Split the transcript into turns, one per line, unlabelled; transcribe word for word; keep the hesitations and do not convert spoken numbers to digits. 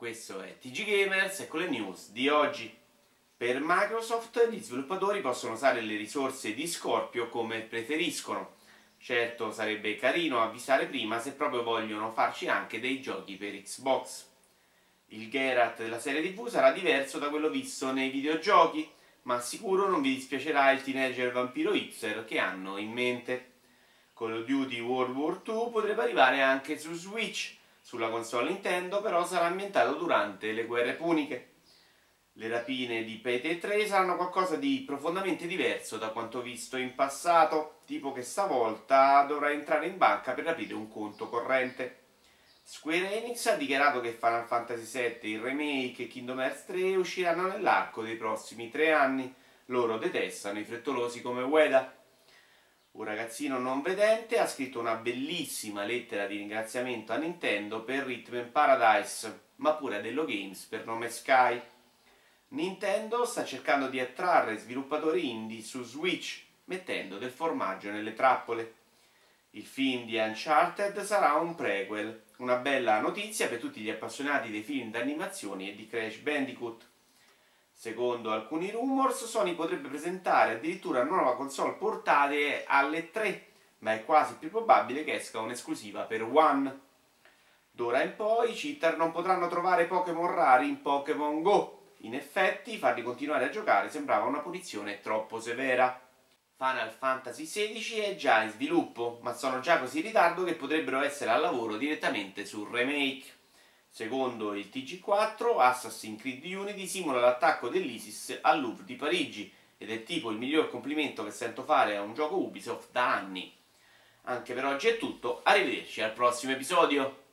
Questo è T G Gamers e con le news di oggi. Per Microsoft gli sviluppatori possono usare le risorse di Scorpio come preferiscono. Certo, sarebbe carino avvisare prima se proprio vogliono farci anche dei giochi per Xbox. Il Geralt della serie tivù sarà diverso da quello visto nei videogiochi, ma sicuro non vi dispiacerà il teenager vampiro hipster che hanno in mente. Call of Duty World War due potrebbe arrivare anche su Switch. Sulla console Nintendo però sarà ambientato durante le guerre puniche. Le rapine di Payday tre saranno qualcosa di profondamente diverso da quanto visto in passato, tipo che stavolta dovrà entrare in banca per aprire un conto corrente. Square Enix ha dichiarato che Final Fantasy sette, il remake e Kingdom Hearts tre usciranno nell'arco dei prossimi tre anni. Loro detestano i frettolosi come Ueda. Un ragazzino non vedente ha scritto una bellissima lettera di ringraziamento a Nintendo per Rhythm Paradise, ma pure ad Hello Games per Nome Sky. Nintendo sta cercando di attrarre sviluppatori indie su Switch, mettendo del formaggio nelle trappole. Il film di Uncharted sarà un prequel, una bella notizia per tutti gli appassionati dei film d'animazione e di Crash Bandicoot. Secondo alcuni rumors, Sony potrebbe presentare addirittura una nuova console portatile alle tre, ma è quasi più probabile che esca un'esclusiva per One. D'ora in poi i cheater non potranno trovare Pokémon rari in Pokémon Go. In effetti, farli continuare a giocare sembrava una punizione troppo severa. Final Fantasy sedici è già in sviluppo, ma sono già così in ritardo che potrebbero essere al lavoro direttamente sul remake. Secondo il T G quattro, Assassin's Creed Unity simula l'attacco dell'ISIS al Louvre di Parigi ed è tipo il miglior complimento che sento fare a un gioco Ubisoft da anni. Anche per oggi è tutto, arrivederci al prossimo episodio!